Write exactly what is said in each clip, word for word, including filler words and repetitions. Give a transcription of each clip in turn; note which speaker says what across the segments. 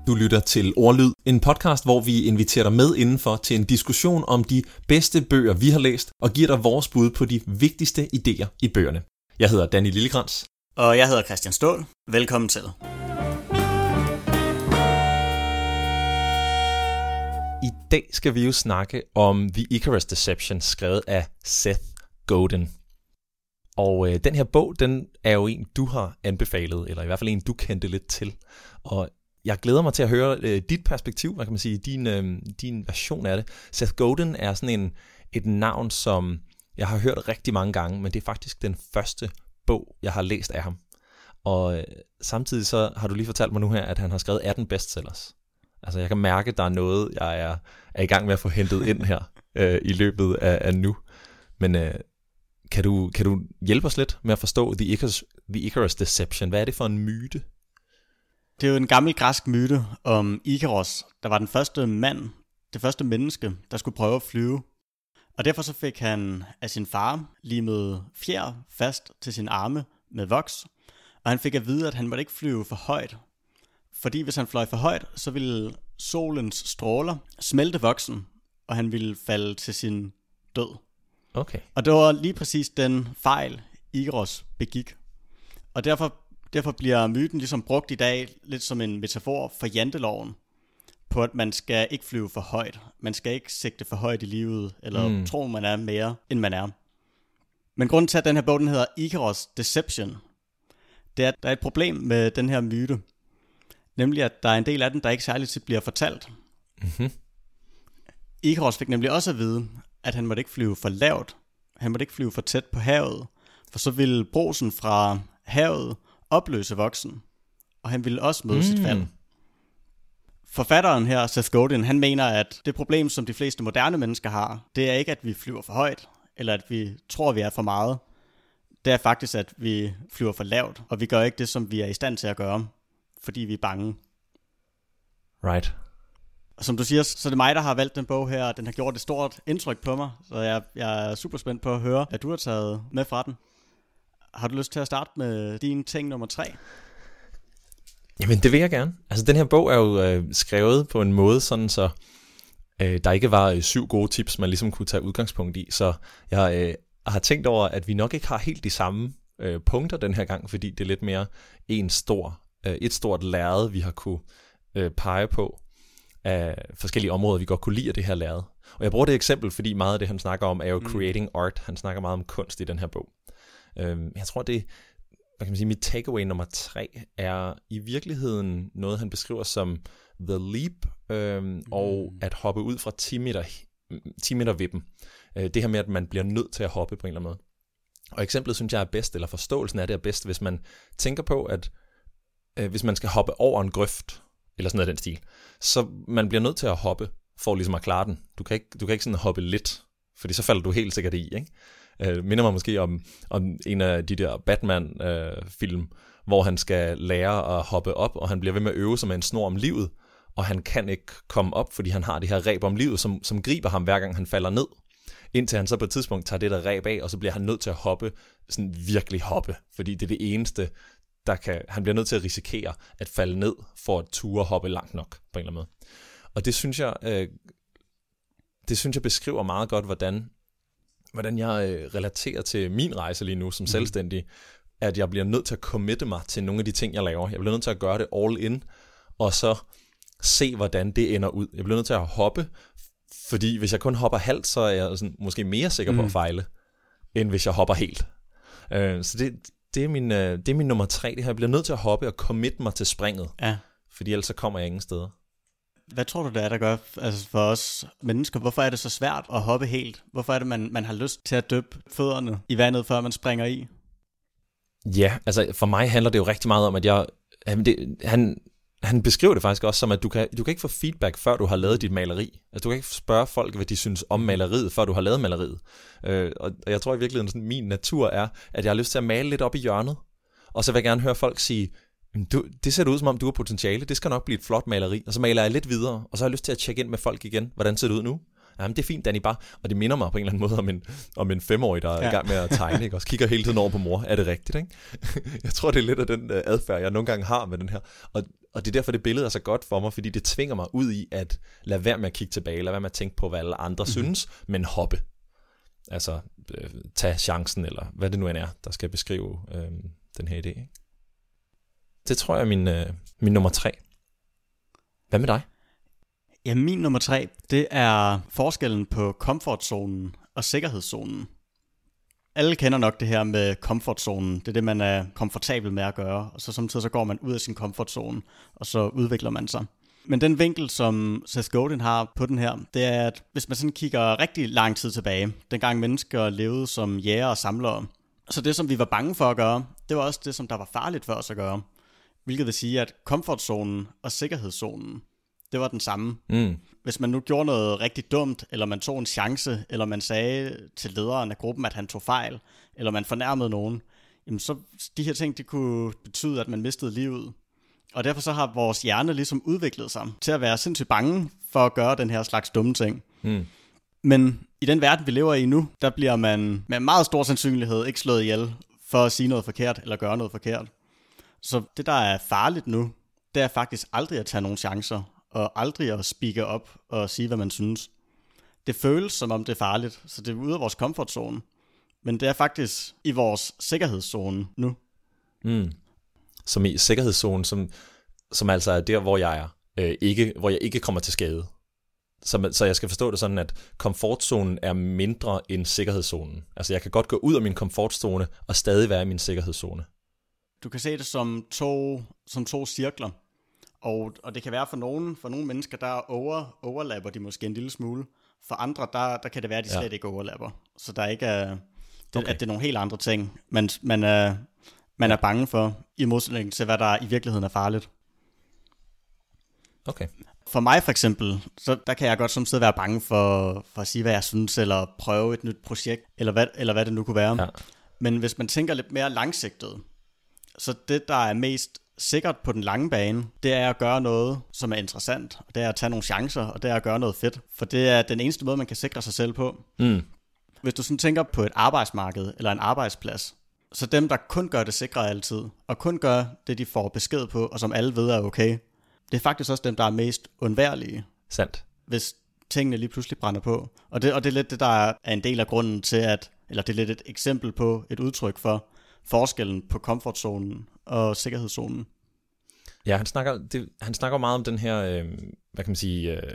Speaker 1: Du lytter til Ordlyd, en podcast, hvor vi inviterer dig med indenfor til en diskussion om de bedste bøger, vi har læst, og giver dig vores bud på de vigtigste idéer i bøgerne. Jeg hedder Danny Lillekrans.
Speaker 2: Og jeg hedder Christian Ståhl. Velkommen til.
Speaker 1: I dag skal vi jo snakke om The Icarus Deception, skrevet af Seth Godin. Og øh, den her bog, den er jo en, du har anbefalet, eller i hvert fald en, du kendte lidt til. Og jeg glæder mig til at høre øh, dit perspektiv, hvad kan man sige, din, øh, din version af det. Seth Godin er sådan en, et navn, som jeg har hørt rigtig mange gange, men det er faktisk den første bog, jeg har læst af ham. Og øh, samtidig så har du lige fortalt mig nu her, at han har skrevet atten bestsellers. Altså jeg kan mærke, at der er noget, jeg er, er i gang med at få hentet ind her øh, i løbet af, af nu. Men øh, kan, du, kan du hjælpe os lidt med at forstå The Icarus, The Icarus Deception? Hvad er det for en myte?
Speaker 2: Det er jo en gammel græsk myte om Icarus, der var den første mand, det første menneske, der skulle prøve at flyve. Og derfor så fik han af sin far limet fjer fast til sin arme med voks, og han fik at vide, at han måtte ikke flyve for højt. Fordi hvis han fløj for højt, så ville solens stråler smelte voksen, og han ville falde til sin død.
Speaker 1: Okay.
Speaker 2: Og det var lige præcis den fejl, Icarus begik. Og derfor, derfor bliver myten ligesom brugt i dag lidt som en metafor for janteloven, på at man skal ikke flyve for højt. Man skal ikke sigte for højt i livet, eller mm. tro, man er mere, end man er. Men grunden til, at den her bog den hedder Icarus Deception, det er, at der er et problem med den her myte. Nemlig, at der er en del af den, der ikke særligt tit bliver fortalt.
Speaker 1: Mm-hmm.
Speaker 2: Icarus fik nemlig også at vide, at han måtte ikke flyve for lavt. Han måtte ikke flyve for tæt på havet, for så ville brosen fra havet opløse voksen, og han ville også møde mm. sit fald. Forfatteren her, Seth Godin, han mener, at det problem, som de fleste moderne mennesker har, det er ikke, at vi flyver for højt, eller at vi tror, vi er for meget. Det er faktisk, at vi flyver for lavt, og vi gør ikke det, som vi er i stand til at gøre, fordi vi er bange.
Speaker 1: Right.
Speaker 2: Og som du siger, så er det mig, der har valgt den bog her, og den har gjort et stort indtryk på mig, så jeg, jeg er super spændt på at høre, hvad du har taget med fra den. Har du lyst til at starte med din ting nummer tre?
Speaker 1: Jamen det vil jeg gerne. Altså den her bog er jo øh, skrevet på en måde, sådan så øh, der ikke var øh, syv gode tips, man ligesom kunne tage udgangspunkt i. Så jeg øh, har tænkt over, at vi nok ikke har helt de samme øh, punkter den her gang, fordi det er lidt mere en stor, øh, et stort lærred, vi har kunne øh, pege på af forskellige områder, vi godt kunne lide af det her lærred. Og jeg bruger det eksempel, fordi meget af det, han snakker om, er jo mm. creating art. Han snakker meget om kunst i den her bog. Øh, jeg tror, det hvad kan man sige, mit takeaway nummer tre er i virkeligheden noget, han beskriver som the leap, øhm, mm. og at hoppe ud fra ti meter vippen. Øh, det her med, at man bliver nødt til at hoppe på en eller anden måde. Og eksemplet, synes jeg, er bedst, eller forståelsen af det er bedst, hvis man tænker på, at øh, hvis man skal hoppe over en grøft, eller sådan noget af den stil, så man bliver nødt til at hoppe, for ligesom at klare den. Du kan ikke, du kan ikke sådan hoppe lidt, fordi så falder du helt sikkert i, ikke? Uh, minder mig måske om, om en af de der Batman-film, uh, hvor han skal lære at hoppe op, og han bliver ved med at øve sig med en snor om livet, og han kan ikke komme op, fordi han har det her reb om livet, som, som griber ham hver gang han falder ned, indtil han så på et tidspunkt tager det der reb af, og så bliver han nødt til at hoppe, sådan virkelig hoppe, fordi det er det eneste, der kan, han bliver nødt til at risikere at falde ned, for at ture hoppe langt nok, på en eller anden måde. Og det synes jeg, uh, det synes jeg beskriver meget godt, hvordan hvordan jeg øh, relaterer til min rejse lige nu som mm. selvstændig, at jeg bliver nødt til at committe mig til nogle af de ting, jeg laver. Jeg bliver nødt til at gøre det all in, og så se, hvordan det ender ud. Jeg bliver nødt til at hoppe, fordi hvis jeg kun hopper halvt, så er jeg sådan, måske mere sikker på mm. at fejle, end hvis jeg hopper helt. Øh, så det, det, er min, øh, det er min nummer tre. Det her. Jeg bliver nødt til at hoppe og committe mig til springet,
Speaker 2: ja.
Speaker 1: Fordi ellers så kommer jeg ingen steder.
Speaker 2: Hvad tror du, det er, der gør altså for os mennesker? Hvorfor er det så svært at hoppe helt? Hvorfor er det, man, man har lyst til at dyppe fødderne i vandet, før man springer i?
Speaker 1: Ja, altså for mig handler det jo rigtig meget om, at jeg... Det, han, han beskriver det faktisk også som, at du kan, du kan ikke få feedback, før du har lavet dit maleri. Altså du kan ikke spørge folk, hvad de synes om maleriet, før du har lavet maleriet. Øh, og jeg tror i virkeligheden, sådan, min natur er, at jeg har lyst til at male lidt op i hjørnet. Og så vil jeg gerne høre folk sige... Du, det ser ud som om, du har potentiale. Det skal nok blive et flot maleri. Og så maler jeg lidt videre, og så har jeg lyst til at tjekke ind med folk igen. Hvordan ser det ud nu? jamen det er fint, Danny, bare. Og det minder mig på en eller anden måde om en, om en femårig, der er ja. i gang med at tegne, ikke? Og kigger hele tiden over på mor. Er det rigtigt, ikke? Jeg tror, det er lidt af den adfærd, jeg nogle gange har med den her. Og, og det er derfor, det billede er så godt for mig, fordi det tvinger mig ud i at lade være med at kigge tilbage, lade være med at tænke på, hvad alle andre mm-hmm. synes, men hoppe. Altså, øh, tage chancen, eller hvad det nu end er, der skal beskrive øh, den her idé, ikke? Det tror jeg er min, øh, min nummer tre. Hvad med dig?
Speaker 2: Ja, min nummer tre, det er forskellen på komfortzonen og sikkerhedszonen. Alle kender nok det her med komfortzonen. Det er det, man er komfortabel med at gøre. Og så samtidig så går man ud af sin komfortzone, og så udvikler man sig. Men den vinkel, som Seth Godin har på den her, det er, at hvis man sådan kigger rigtig lang tid tilbage, dengang mennesker levede som jæger og samlere, så det, som vi var bange for at gøre, det var også det, som der var farligt for os at gøre. Hvilket vil sige, at komfortzonen og sikkerhedszonen, det var den samme. Mm. Hvis man nu gjorde noget rigtig dumt, eller man tog en chance, eller man sagde til lederen af gruppen, at han tog fejl, eller man fornærmede nogen, jamen så de her ting, de kunne betyde, at man mistede livet. Og derfor så har vores hjerne ligesom udviklet sig til at være sindssygt bange for at gøre den her slags dumme ting. Mm. Men i den verden, vi lever i nu, der bliver man med meget stor sandsynlighed ikke slået ihjel for at sige noget forkert, eller gøre noget forkert. Så det, der er farligt nu, det er faktisk aldrig at tage nogle chancer, og aldrig at speake op og sige, hvad man synes. Det føles, som om det er farligt, så det er ude af vores komfortzone. Men det er faktisk i vores sikkerhedszone nu.
Speaker 1: Mm. Som i sikkerhedszonen, som, som altså er der, hvor jeg er, øh, ikke, hvor jeg ikke kommer til skade. Så, så jeg skal forstå det sådan, at komfortzonen er mindre end sikkerhedszonen. Altså jeg kan godt gå ud af min komfortzone og stadig være i min sikkerhedszone.
Speaker 2: Du kan se det som to, som to cirkler. Og, og det kan være for nogen, for nogle mennesker, der over, overlapper de måske en lille smule. For andre, der, der kan det være, at de slet ja. ikke overlapper. Så der ikke er, det, okay. at det er nogle helt andre ting, man, man, er, man er bange for, i modsætning til, hvad der i virkeligheden er farligt.
Speaker 1: Okay.
Speaker 2: For mig for eksempel, så der kan jeg godt som sted være bange for, for at sige, hvad jeg synes, eller prøve et nyt projekt, eller hvad, eller hvad det nu kunne være. Ja. Men hvis man tænker lidt mere langsigtet, så det, der er mest sikkert på den lange bane, det er at gøre noget, som er interessant, og det er at tage nogle chancer, og det er at gøre noget fedt, for det er den eneste måde, man kan sikre sig selv på. Mm. Hvis du sådan tænker på et arbejdsmarked, eller en arbejdsplads, så dem, der kun gør det sikre altid, og kun gør det, de får besked på, og som alle ved er okay, det er faktisk også dem, der er mest undværlige.
Speaker 1: Sandt.
Speaker 2: Hvis tingene lige pludselig brænder på. Og det, og det er lidt det, der er en del af grunden til, at, eller det er lidt et eksempel på et udtryk for forskellen på komfortzonen og sikkerhedszonen.
Speaker 1: Ja, han snakker, det, han snakker meget om den her, øh, hvad kan man sige, øh,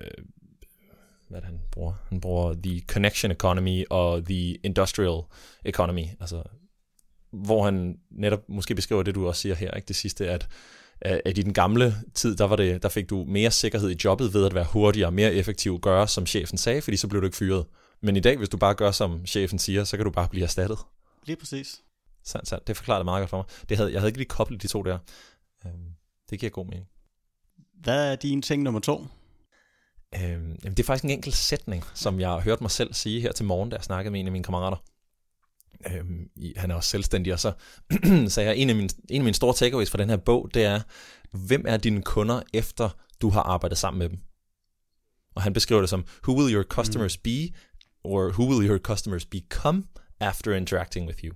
Speaker 1: hvad han bruger? Han bruger the connection economy og the industrial economy, altså hvor han netop måske beskriver det, du også siger her, ikke det sidste, at at i den gamle tid, der, var det, der fik du mere sikkerhed i jobbet ved at være hurtigere og mere effektiv, gøre som chefen sagde, fordi så blev du ikke fyret. Men i dag, hvis du bare gør som chefen siger, så kan du bare blive erstattet.
Speaker 2: Lige præcis.
Speaker 1: Sandt, sandt. Det forklarer det meget godt for mig. Det havde, jeg havde ikke lige koblet de to der. Det giver god mening.
Speaker 2: Hvad er din ting nummer to?
Speaker 1: Øhm, jamen det er faktisk en enkelt sætning, som jeg hørte mig selv sige her til morgen, da jeg snakkede med en af mine kammerater. Øhm, han er også selvstændig, og så sagde jeg, en af, mine, en af mine store takeaways fra den her bog, det er, hvem er dine kunder, efter du har arbejdet sammen med dem? Og han beskriver det som, who will your customers be, or who will your customers become after interacting with you?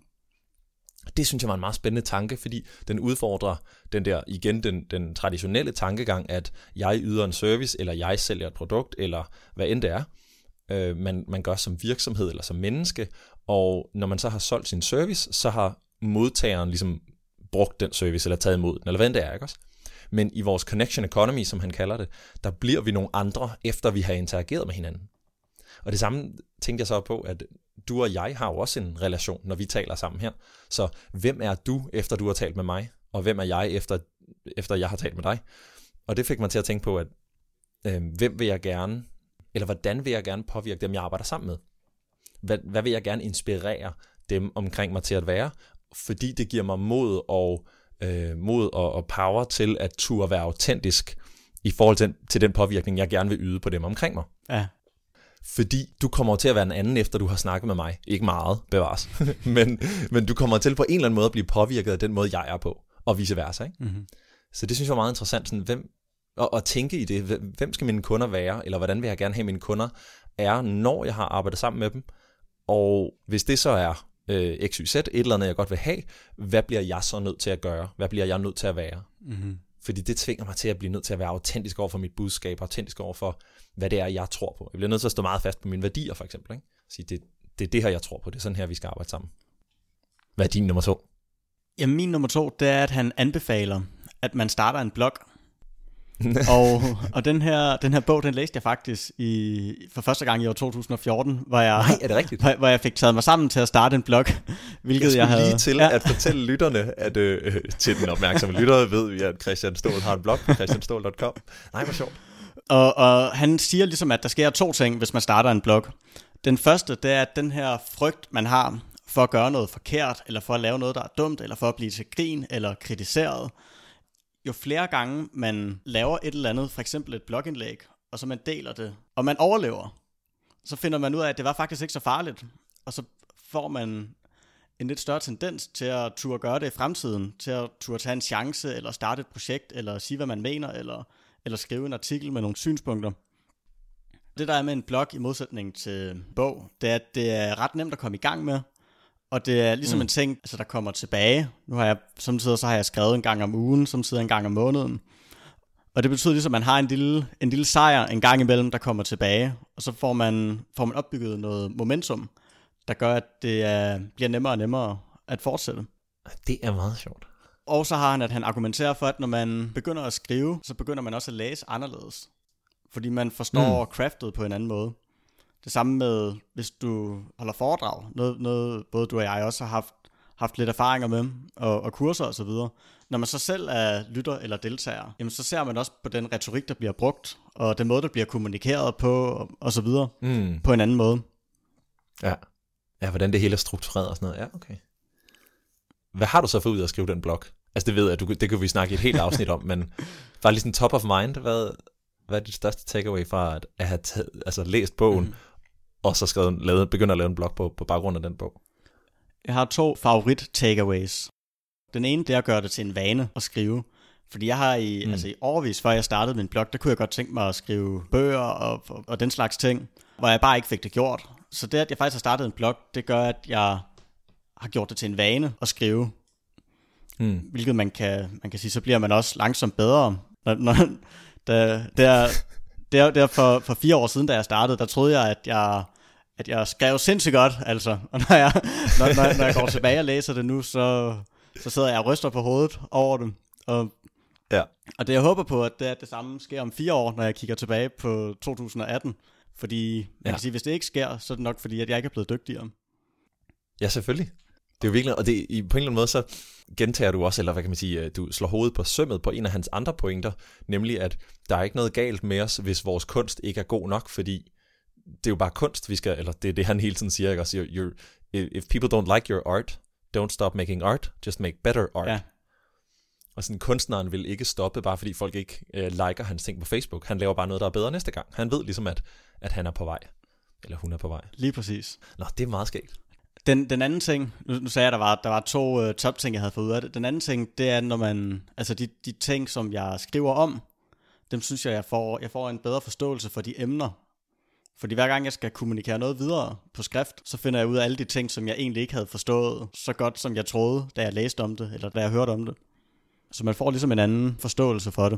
Speaker 1: Det synes jeg var en meget spændende tanke, fordi den udfordrer den der, igen den, den traditionelle tankegang, at jeg yder en service, eller jeg sælger et produkt, eller hvad end det er, øh, man, man gør som virksomhed eller som menneske, og når man så har solgt sin service, så har modtageren ligesom brugt den service, eller taget imod den, eller hvad end det er, ikke også? Men i vores connection economy, som han kalder det, der bliver vi nogle andre, efter vi har interageret med hinanden. Og det samme tænkte jeg så på, at du og jeg har jo også en relation, når vi taler sammen her. Så hvem er du, efter du har talt med mig? Og hvem er jeg, efter, efter jeg har talt med dig? Og det fik mig til at tænke på, at øh, hvem vil jeg gerne, eller hvordan vil jeg gerne påvirke dem, jeg arbejder sammen med? Hvad, hvad vil jeg gerne inspirere dem omkring mig til at være? Fordi det giver mig mod og, øh, mod og, og power til at turde være autentisk i forhold til, til den påvirkning, jeg gerne vil yde på dem omkring mig.
Speaker 2: Ja.
Speaker 1: Fordi du kommer til at være en anden, efter du har snakket med mig. Ikke meget, bevares. men, men du kommer til på en eller anden måde at blive påvirket af den måde, jeg er på. Og vice versa. Ikke? Mm-hmm. Så det synes jeg er meget interessant. Sådan, hvem, at, at tænke i det. Hvem skal mine kunder være? Eller hvordan vil jeg gerne have, mine kunder er, når jeg har arbejdet sammen med dem, og hvis det så er øh, X Y Z, et eller andet, jeg godt vil have, hvad bliver jeg så nødt til at gøre? Hvad bliver jeg nødt til at være?
Speaker 2: Mm-hmm.
Speaker 1: Fordi det tvinger mig til at blive nødt til at være autentisk over for mit budskab, autentisk over for, hvad det er, jeg tror på. Jeg bliver nødt til at stå meget fast på mine værdier, for eksempel. Ikke? Sige, det, det er det her, jeg tror på. Det er sådan her, vi skal arbejde sammen. Hvad er din nummer to?
Speaker 2: Jamen, min nummer to, det er, at han anbefaler, at man starter en blog. og og den, her, den her bog, den læste jeg faktisk i, for første gang i år to tusind og fjorten, hvor jeg,
Speaker 1: Nej, er det rigtigt?
Speaker 2: Hvor, hvor jeg fik taget mig sammen til at starte en blog. Hvilket jeg,
Speaker 1: jeg skulle
Speaker 2: havde,
Speaker 1: lige til ja. at fortælle lytterne, at øh, til den opmærksomme lyttere ved vi, at Christian Ståhl har en blog på christian ståhl punktum com. Nej, hvor sjovt.
Speaker 2: Og, og han siger ligesom, at der sker to ting, hvis man starter en blog. Den første, det er, at den her frygt, man har for at gøre noget forkert, eller for at lave noget, der er dumt, eller for at blive til grin, eller kritiseret. Jo flere gange man laver et eller andet, for eksempel et blogindlæg, og så man deler det, og man overlever, så finder man ud af, at det var faktisk ikke så farligt. Og så får man en lidt større tendens til at turde gøre det i fremtiden, til at turde tage en chance, eller starte et projekt, eller sige, hvad man mener, eller, eller skrive en artikel med nogle synspunkter. Det der er med en blog i modsætning til bog, det er, at det er ret nemt at komme i gang med, og det er ligesom mm. en ting, altså, der kommer tilbage. Nu har jeg, samtidig så har jeg skrevet en gang om ugen, samtidig en gang om måneden. Og det betyder ligesom, at man har en lille, en lille sejr en gang imellem, der kommer tilbage. Og så får man, får man opbygget noget momentum, der gør, at det er, bliver nemmere og nemmere at fortsætte.
Speaker 1: Det er meget sjovt.
Speaker 2: Og så har han, at han argumenterer for, at når man begynder at skrive, så begynder man også at læse anderledes. Fordi man forstår mm. craftet på en anden måde. Det samme med, hvis du holder foredrag, noget, noget både du og jeg også har haft, haft lidt erfaringer med, og, og kurser og så videre. Når man så selv er lytter eller deltager, jamen så ser man også på den retorik, der bliver brugt, og den måde, der bliver kommunikeret på, og, og så videre, mm. på en anden måde.
Speaker 1: Ja. Ja, hvordan det hele er struktureret og sådan noget. Ja, okay. Hvad har du så fået ud af at skrive den blog? Altså det ved jeg, du, det kan vi snakke i et helt afsnit om, men bare lige sådan top of mind, hvad, hvad er dit største takeaway fra at, at have taget, altså læst bogen, mm. og så skrevet, lavet, begyndt at lave en blog på, på baggrund af den bog?
Speaker 2: Jeg har to favorit takeaways. Den ene, det er at gøre det til en vane at skrive. Fordi jeg har i, mm. altså i årevis, før jeg startede min blog, der kunne jeg godt tænke mig at skrive bøger og, og, og den slags ting, hvor jeg bare ikke fik det gjort. Så det, at jeg faktisk har startet en blog, det gør, at jeg har gjort det til en vane at skrive. Mm. Hvilket man kan, man kan sige, så bliver man også langsomt bedre. Når, når, der, der, der, der for, for fire år siden, da jeg startede, der troede jeg, at jeg, at jeg skrev sindssygt godt. Altså. Og når jeg, når, når, når jeg går tilbage og læser det nu, så, så sidder jeg og ryster på hovedet over det. Og,
Speaker 1: ja. og
Speaker 2: det jeg håber på, at det, at det samme sker om fire år, når jeg kigger tilbage på to tusind og atten. Fordi man ja. kan sige, hvis det ikke sker, så er det nok fordi, at jeg ikke er blevet dygtigere.
Speaker 1: Ja, selvfølgelig. Det er jo virkelig, og det, på en eller anden måde, så gentager du også, eller hvad kan man sige, du slår hovedet på sømmet på en af hans andre pointer, nemlig at der er ikke noget galt med os, hvis vores kunst ikke er god nok, fordi det er jo bare kunst, vi skal, eller det er det, han hele tiden siger, ikke? Også, you're, you're, if people don't like your art, don't stop making art, just make better art. Ja. Og sådan, kunstneren vil ikke stoppe, bare fordi folk ikke øh, liker hans ting på Facebook. Han laver bare noget, der er bedre næste gang. Han ved ligesom, at, at han er på vej. Eller hun er på vej.
Speaker 2: Lige præcis.
Speaker 1: Nå, det er meget skægt.
Speaker 2: Den, den anden ting, nu, nu sagde jeg, at der var, der var to uh, top ting, jeg havde fået ud af det. Den anden ting, det er, når man, altså de, de ting, som jeg skriver om, dem synes jeg, jeg får, jeg får en bedre forståelse for de emner. Fordi hver gang jeg skal kommunikere noget videre på skrift, så finder jeg ud af alle de ting, som jeg egentlig ikke havde forstået så godt, som jeg troede, da jeg læste om det, eller da jeg hørte om det. Så man får ligesom en anden forståelse for det.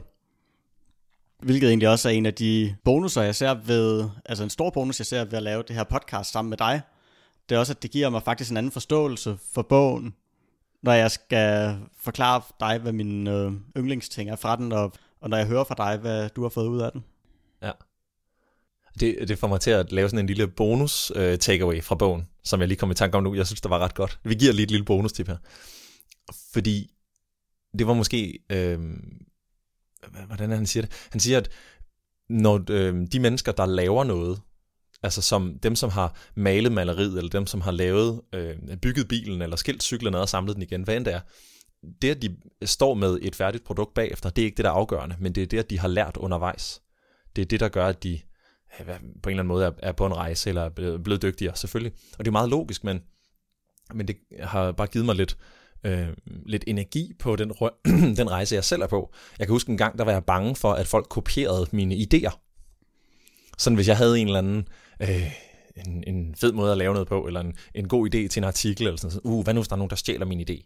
Speaker 2: Hvilket egentlig også er en af de bonusser, jeg ser ved, altså en stor bonus, jeg ser ved at lave det her podcast sammen med dig. Det er også, at det giver mig faktisk en anden forståelse for bogen, når jeg skal forklare dig, hvad mine øh, yndlingsting er fra den, og, og når jeg hører fra dig, hvad du har fået ud af den.
Speaker 1: Ja. Det, det får mig til at lave sådan en lille bonus øh, takeaway fra bogen, som jeg lige kom i tanke om nu. Jeg synes, det var ret godt. Vi giver lige et lille bonustip her. Fordi det var måske, øh, hvordan er han siger det? Han siger, at når øh, de mennesker, der laver noget, altså som dem, som har malet maleriet, eller dem, som har lavet, øh, bygget bilen, eller skilt cyklen og samlet den igen, hvad end det er, det, at de står med et færdigt produkt bagefter, det er ikke det, der er afgørende, men det er det, at de har lært undervejs. Det er det, der gør, at de på en eller anden måde er på en rejse, eller er blevet dygtigere, selvfølgelig. Og det er meget logisk, men, men det har bare givet mig lidt, øh, lidt energi på den, den rejse, jeg selv er på. Jeg kan huske en gang, der var jeg bange for, at folk kopierede mine idéer. Sådan hvis jeg havde en eller anden øh, en, en fed måde at lave noget på, eller en, en god idé til en artikel, eller sådan noget. Uh, hvad nu, hvis der er nogen, der stjæler min idé?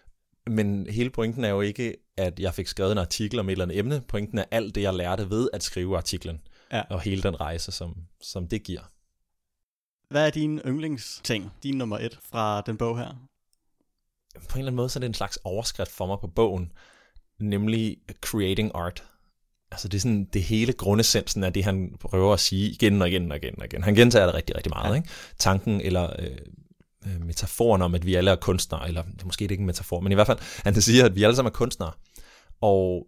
Speaker 1: Men hele pointen er jo ikke, at jeg fik skrevet en artikel om et eller andet emne. Pointen er alt det, jeg lærte ved at skrive artiklen, ja. Og hele den rejse, som, som det giver.
Speaker 2: Hvad er din yndlingsting, din nummer et fra den bog her?
Speaker 1: På en eller anden måde, så er det en slags overskrift for mig på bogen, nemlig creating art. Altså det er sådan det hele grundessensen af det, han prøver at sige igen og igen og igen og igen. Han gentager det rigtig, rigtig meget, ja. Ikke? Tanken eller øh, metaforen om, at vi alle er kunstnere, eller det er måske ikke en metafor, men i hvert fald, han siger, at vi alle sammen er kunstnere. Og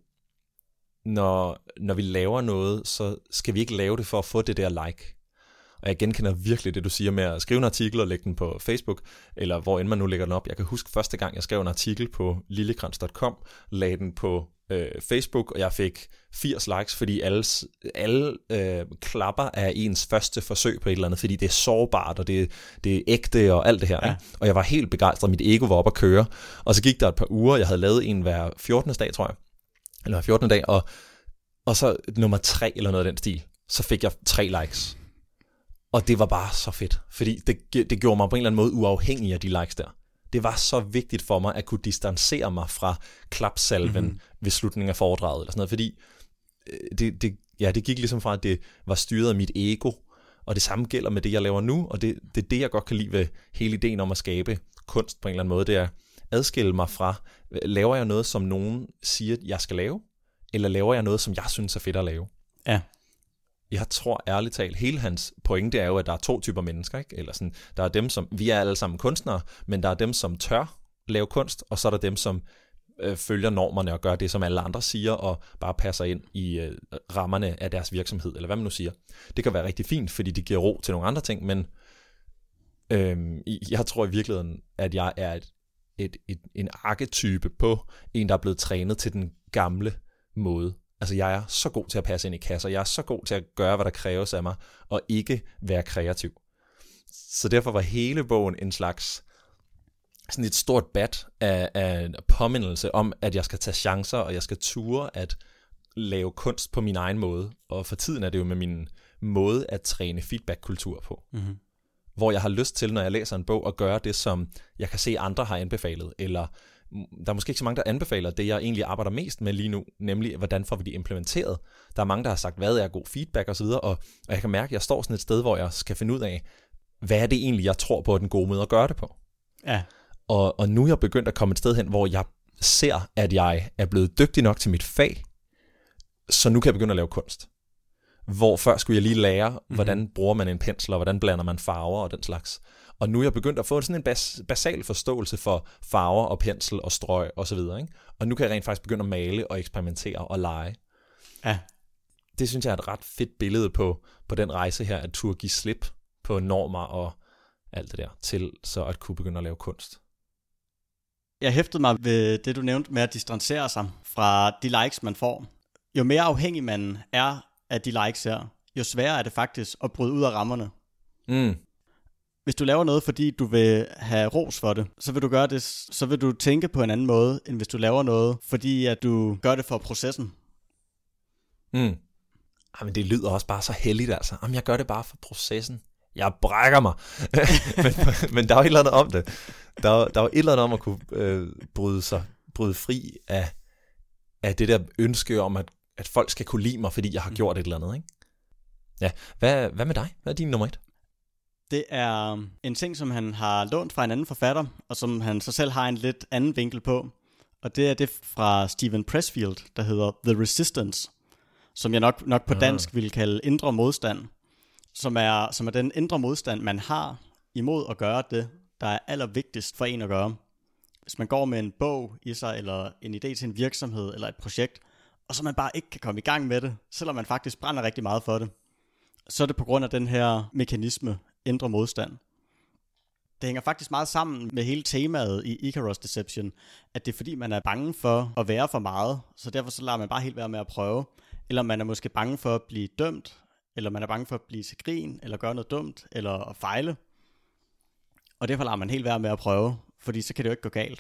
Speaker 1: når, når vi laver noget, så skal vi ikke lave det for at få det der like. Og jeg genkender virkelig det, du siger med at skrive en artikel og lægge den på Facebook, eller hvor end man nu lægger den op. Jeg kan huske første gang, jeg skrev en artikel på lillekrans punktum com, lagde den på øh, Facebook, og jeg fik firs likes, fordi alle, alle øh, klapper er ens første forsøg på et eller andet, fordi det er sårbart, og det, det er ægte og alt det her. Ja. Og jeg var helt begejstret, mit ego var op at køre. Og så gik der et par uger, jeg havde lavet en hver fjortende dag, tror jeg, eller fjortende dag, og, og så nummer tre eller noget af den stil, så fik jeg tre likes. Og det var bare så fedt, fordi det, det gjorde mig på en eller anden måde uafhængig af de likes der. Det var så vigtigt for mig at kunne distancere mig fra klapsalven mm-hmm. ved slutningen af foredraget, eller sådan noget, fordi det, det, ja, det gik ligesom fra, at det var styret af mit ego, og det samme gælder med det, jeg laver nu, og det, det er det, jeg godt kan lide ved hele ideen om at skabe kunst på en eller anden måde, det er at adskille mig fra, laver jeg noget, som nogen siger, jeg skal lave, eller laver jeg noget, som jeg synes er fedt at lave?
Speaker 2: Ja.
Speaker 1: Jeg tror ærligt talt, hele hans pointe er jo, at der er to typer mennesker, ikke? Eller sådan, der er dem, som, vi er alle sammen kunstnere, men der er dem, som tør lave kunst, og så er der dem, som øh, følger normerne og gør det, som alle andre siger, og bare passer ind i øh, rammerne af deres virksomhed, eller hvad man nu siger. Det kan være rigtig fint, fordi det giver ro til nogle andre ting, men øh, jeg tror i virkeligheden, at jeg er et, et, et, en arketype på en, der er blevet trænet til den gamle måde. Altså, jeg er så god til at passe ind i kasser. Jeg er så god til at gøre, hvad der kræves af mig, og ikke være kreativ. Så derfor var hele bogen en slags, sådan et stort bat af, af påmindelse om, at jeg skal tage chancer, og jeg skal ture at lave kunst på min egen måde. Og for tiden er det jo med min måde at træne feedback-kultur på. Mm-hmm. Hvor jeg har lyst til, når jeg læser en bog, at gøre det, som jeg kan se andre har anbefalet, eller der er måske ikke så mange, der anbefaler det, jeg egentlig arbejder mest med lige nu, nemlig hvordan får vi det implementeret. Der er mange, der har sagt, hvad er god feedback osv., og, og jeg kan mærke, at jeg står sådan et sted, hvor jeg skal finde ud af, hvad er det egentlig, jeg tror på, er den gode måde at gøre det på.
Speaker 2: Ja.
Speaker 1: Og, og nu er jeg begyndt at komme et sted hen, hvor jeg ser, at jeg er blevet dygtig nok til mit fag, så nu kan jeg begynde at lave kunst. Hvor før skulle jeg lige lære, mm-hmm. hvordan bruger man en pensel, og hvordan blander man farver og den slags. Og nu er jeg begyndt at få sådan en bas- basal forståelse for farver og pensel og strøg og så videre, ikke? Og nu kan jeg rent faktisk begynde at male og eksperimentere og lege.
Speaker 2: Ja.
Speaker 1: Det synes jeg er et ret fedt billede på, på den rejse her, at turde give slip på normer og alt det der, til så at kunne begynde at lave kunst.
Speaker 2: Jeg hæftede mig ved det, du nævnte med at distancere sig fra de likes, man får. Jo mere afhængig man er af de likes her, jo sværere er det faktisk at bryde ud af rammerne.
Speaker 1: Mm.
Speaker 2: Hvis du laver noget, fordi du vil have ros for det, så vil du gøre det, så vil du tænke på en anden måde, end hvis du laver noget, fordi at du gør det for processen.
Speaker 1: Mm. Jamen, det lyder også bare så heldigt, altså. Jamen, jeg gør det bare for processen. Jeg brækker mig. men, men der er jo et eller andet om det. Der er, der er jo et eller andet om at kunne øh, bryde sig, bryde fri af, af det der ønske om, at, at folk skal kunne lide mig, fordi jeg har gjort et eller andet, ikke? Ja, hvad, hvad med dig? Hvad er din nummer et?
Speaker 2: Det er en ting, som han har lånt fra en anden forfatter, og som han så selv har en lidt anden vinkel på. Og det er det fra Steven Pressfield, der hedder The Resistance, som jeg nok, nok på dansk ville kalde indre modstand, som er, som er den indre modstand, man har imod at gøre det, der er allervigtigst for en at gøre. Hvis man går med en bog i sig, eller en idé til en virksomhed, eller et projekt, og så man bare ikke kan komme i gang med det, selvom man faktisk brænder rigtig meget for det, så er det på grund af den her mekanisme, indre modstand. Det hænger faktisk meget sammen med hele temaet i Icarus Deception, at det er fordi, man er bange for at være for meget, så derfor så lader man bare helt være med at prøve, eller man er måske bange for at blive dømt, eller man er bange for at blive til grin, eller gøre noget dumt, eller at fejle, og derfor lader man helt være med at prøve, fordi så kan det jo ikke gå galt.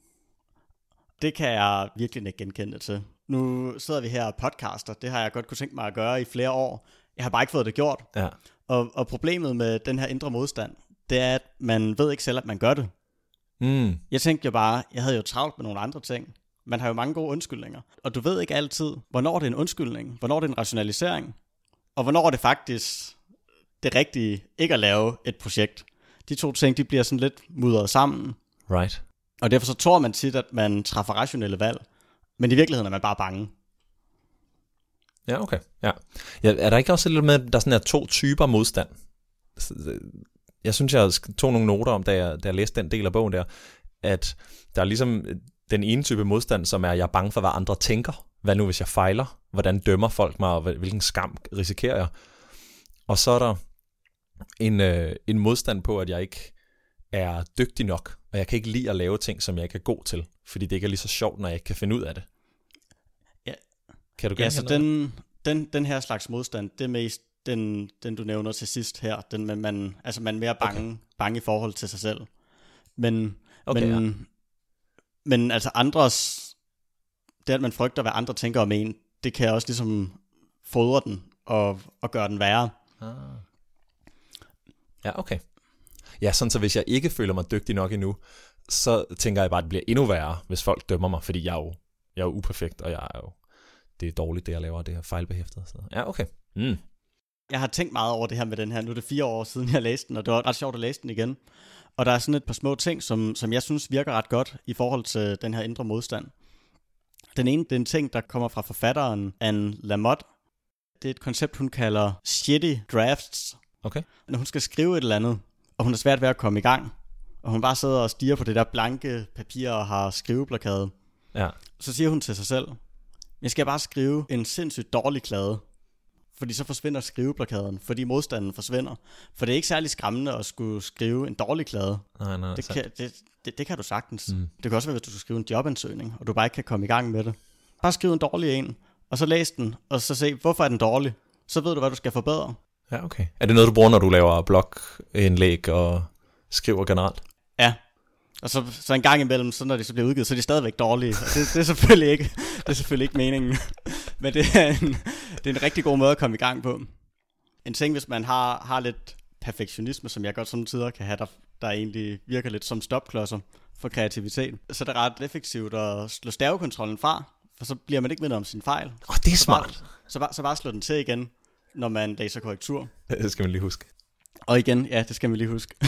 Speaker 2: Det kan jeg virkelig ikke genkende til. Nu sidder vi her og podcaster, det har jeg godt kunne tænke mig at gøre i flere år. Jeg har bare ikke fået det gjort.
Speaker 1: Ja.
Speaker 2: Og, og problemet med den her indre modstand, det er, at man ved ikke selv, at man gør det.
Speaker 1: Mm.
Speaker 2: Jeg tænkte jo bare, jeg havde jo travlt med nogle andre ting. Man har jo mange gode undskyldninger. Og du ved ikke altid, hvornår det er en undskyldning, hvornår det er en rationalisering, og hvornår er det faktisk det rigtige ikke at lave et projekt. De to ting, de bliver sådan lidt mudret sammen.
Speaker 1: Right.
Speaker 2: Og derfor så tror man tit, at man træffer rationelle valg. Men i virkeligheden er man bare bange.
Speaker 1: Ja, okay. Ja. Ja, er der ikke også lidt med, at der sådan er to typer modstand? Jeg synes, jeg tog nogle noter om, da jeg, da jeg læste den del af bogen der, at der er ligesom den ene type modstand, som er, jeg er bange for, hvad andre tænker. Hvad nu, hvis jeg fejler? Hvordan dømmer folk mig, og hvilken skam risikerer jeg? Og så er der en, øh, en modstand på, at jeg ikke er dygtig nok, og jeg kan ikke lide at lave ting, som jeg ikke er god til, fordi det ikke er lige så sjovt, når jeg ikke kan finde ud af det.
Speaker 2: Ja,
Speaker 1: kan du
Speaker 2: ja så den, den, den her slags modstand, det er mest den, den du nævner til sidst her, den med man, altså man er mere bange, okay. bange i forhold til sig selv. Men, okay, men, ja. men altså andres, det at man frygter, hvad andre tænker om en, det kan også ligesom fodre den og, og gøre den værre.
Speaker 1: Ah. Ja, okay. Ja, sådan så hvis jeg ikke føler mig dygtig nok endnu, så tænker jeg bare, at det bliver endnu værre, hvis folk dømmer mig, fordi jeg er jo, jeg er jo uperfekt, og jeg er jo, det er dårligt, det jeg laver, det her fejlbehæftet. Så. Ja, okay. Mm.
Speaker 2: Jeg har tænkt meget over det her med den her, nu er det fire år siden, jeg læste den, og det var ret sjovt at læse den igen. Og der er sådan et par små ting, som, som jeg synes virker ret godt i forhold til den her indre modstand. Den ene, det er en ting, der kommer fra forfatteren Anne Lamott. Det er et koncept, hun kalder shitty drafts.
Speaker 1: Okay.
Speaker 2: Når hun skal skrive et eller andet, og hun er svært ved at komme i gang, og hun bare sidder og stiger på det der blanke papir og har skriveblokade,
Speaker 1: ja.
Speaker 2: Så siger hun til sig selv, jeg skal bare skrive en sindssygt dårlig klade, fordi så forsvinder skriveblokaden, fordi modstanden forsvinder. For det er ikke særlig skræmmende at skulle skrive en dårlig klade.
Speaker 1: Nej, nej,
Speaker 2: det, kan, det, det, det kan du sagtens.
Speaker 1: Mm.
Speaker 2: Det kan også være, hvis du skal skrive en jobansøgning, og du bare ikke kan komme i gang med det. Bare skriv en dårlig en, og så læs den, og så se, hvorfor er den dårlig. Så ved du, hvad du skal forbedre.
Speaker 1: Ja, okay. Er det noget, du bruger, når du laver blogindlæg og skriver generelt?
Speaker 2: Ja. Og så, så en gang imellem, så når de så bliver udgivet, så er de stadigvæk dårlige. Og det, det, er selvfølgelig ikke, det er selvfølgelig ikke meningen. Men det er, en, det er en rigtig god måde at komme i gang på. En ting, hvis man har, har lidt perfektionisme, som jeg godt samtidig kan have, der, der egentlig virker lidt som stopklodser for kreativitet, så er det ret effektivt at slå stavekontrollen fra, for så bliver man ikke mindet om sin fejl.
Speaker 1: Åh, oh, det er
Speaker 2: så
Speaker 1: smart.
Speaker 2: Bare, så, bare, så bare slå den til igen, når man læser korrektur.
Speaker 1: Det skal man lige huske.
Speaker 2: Og igen, ja, det skal man lige huske.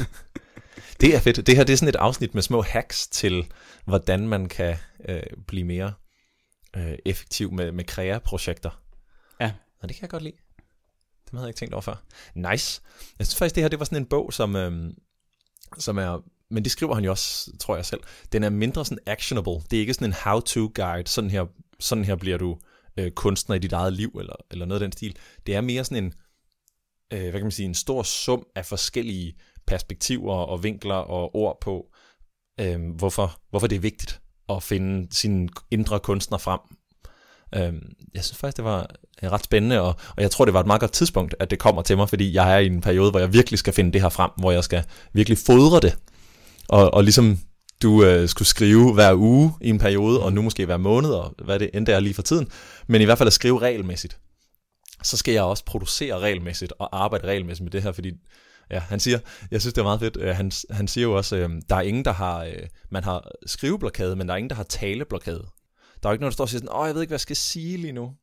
Speaker 1: Det er fedt. Det her det er sådan et afsnit med små hacks til, hvordan man kan øh, blive mere øh, effektiv med, med kreaprojekter.
Speaker 2: Ja.
Speaker 1: Og det kan jeg godt lide. Det havde jeg ikke tænkt over før. Nice. Jeg synes faktisk, det her det var sådan en bog, som, øh, som er... Men det skriver han jo også, tror jeg selv. Den er mindre sådan actionable. Det er ikke sådan en how-to-guide. Sådan her, sådan her bliver du øh, kunstner i dit eget liv, eller, eller noget af den stil. Det er mere sådan en, øh, hvad kan man sige, en stor sum af forskellige perspektiver og vinkler og ord på, øh, hvorfor, hvorfor det er vigtigt at finde sin indre kunstner frem. Øh, jeg synes faktisk, det var ret spændende, og, og jeg tror, det var et meget godt tidspunkt, at det kommer til mig, fordi jeg er i en periode, hvor jeg virkelig skal finde det her frem, hvor jeg skal virkelig fodre det, og, og ligesom du øh, skulle skrive hver uge i en periode, og nu måske hver måned, og hvad det end er lige for tiden, men i hvert fald at skrive regelmæssigt. Så skal jeg også producere regelmæssigt og arbejde regelmæssigt med det her, fordi ja, han siger, jeg synes det er meget fedt, han, han siger jo også, øh, der er ingen, der har, øh, man har skriveblokade, men der er ingen, der har taleblokade. Der er jo ikke nogen, der står og siger sådan, åh, jeg ved ikke, hvad jeg skal sige lige nu.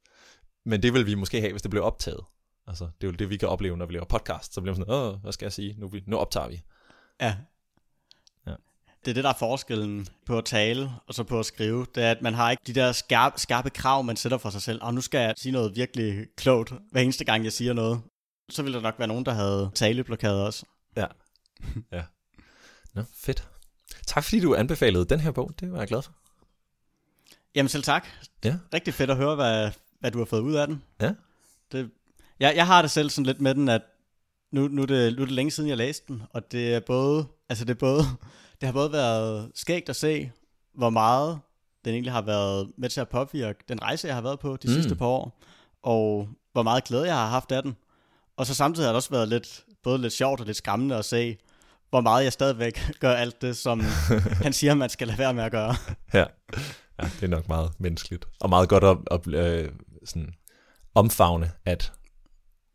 Speaker 1: Men det vil vi måske have, hvis det bliver optaget. Altså, det er jo det, vi kan opleve, når vi laver podcast. Så bliver man sådan, åh, hvad skal jeg sige? Nu, nu optager vi.
Speaker 2: Ja.
Speaker 1: ja.
Speaker 2: Det er det, der er forskellen på at tale og så på at skrive. Det er, at man har ikke de der skarpe, skarpe krav, man sætter for sig selv. Og nu skal jeg sige noget virkelig klogt, hver eneste gang, jeg siger noget. Så ville der nok være nogen, der havde taleblokade også.
Speaker 1: Ja. ja. Nå, fedt. Tak fordi du anbefalede den her bog. Det var jeg glad for.
Speaker 2: Jamen selv tak.
Speaker 1: Ja.
Speaker 2: Rigtig fedt at høre, hvad, hvad du har fået ud af den.
Speaker 1: Ja.
Speaker 2: Det, jeg, jeg har det selv sådan lidt med den, at nu, nu, er det, nu er det længe siden, jeg læste den. Og det er både, altså det er både, det har både været skægt at se, hvor meget den egentlig har været med til at påvirke den rejse, jeg har været på de mm. sidste par år. Og hvor meget glæde jeg har haft af den. Og så samtidig har det også været lidt, både lidt sjovt og lidt skræmmende at se, hvor meget jeg stadigvæk gør alt det, som han siger, man skal lade være med at gøre.
Speaker 1: Ja. Ja, det er nok meget menneskeligt. Og meget godt at, at øh, sådan omfavne, at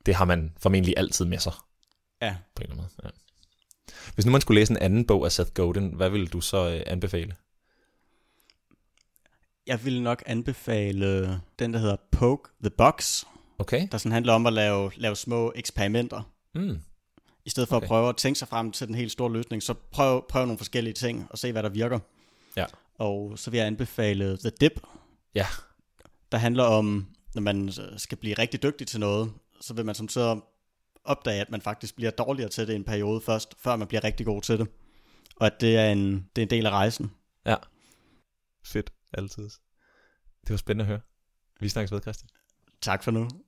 Speaker 1: det har man formentlig altid med sig.
Speaker 2: Ja.
Speaker 1: På en eller anden måde. Ja. Hvis nu man skulle læse en anden bog af Seth Godin, hvad ville du så øh, anbefale?
Speaker 2: Jeg ville nok anbefale den, der hedder Poke the Box.
Speaker 1: Okay.
Speaker 2: Der sådan handler om at lave, lave små eksperimenter.
Speaker 1: Mm.
Speaker 2: I stedet for
Speaker 1: okay.
Speaker 2: at prøve at tænke sig frem til den helt store løsning, så prøv, prøv nogle forskellige ting og se, hvad der virker.
Speaker 1: Ja.
Speaker 2: Og så vil jeg anbefale The Dip.
Speaker 1: Ja.
Speaker 2: Der handler om, når man skal blive rigtig dygtig til noget, så vil man som så opdage, at man faktisk bliver dårligere til det en periode først, før man bliver rigtig god til det. Og at det er en, det er en del af rejsen.
Speaker 1: Ja. Fedt. Altid. Det var spændende at høre. Vi snakkes ved, Christian.
Speaker 2: Tak for nu.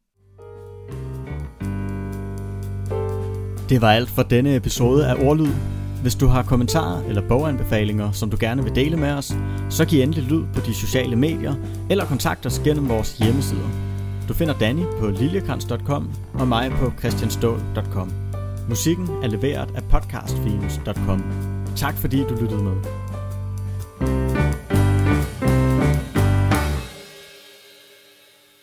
Speaker 2: Det var alt for denne episode af Ordlyd. Hvis du har kommentarer eller boganbefalinger, som du gerne vil dele med os, så giv endelig lyd på de sociale medier, eller kontakt os gennem vores hjemmesider. Du finder Danny på liljekrans punktum com og mig på christianstål punktum com. Musikken er leveret af podcastfilms punktum com. Tak fordi du lyttede med.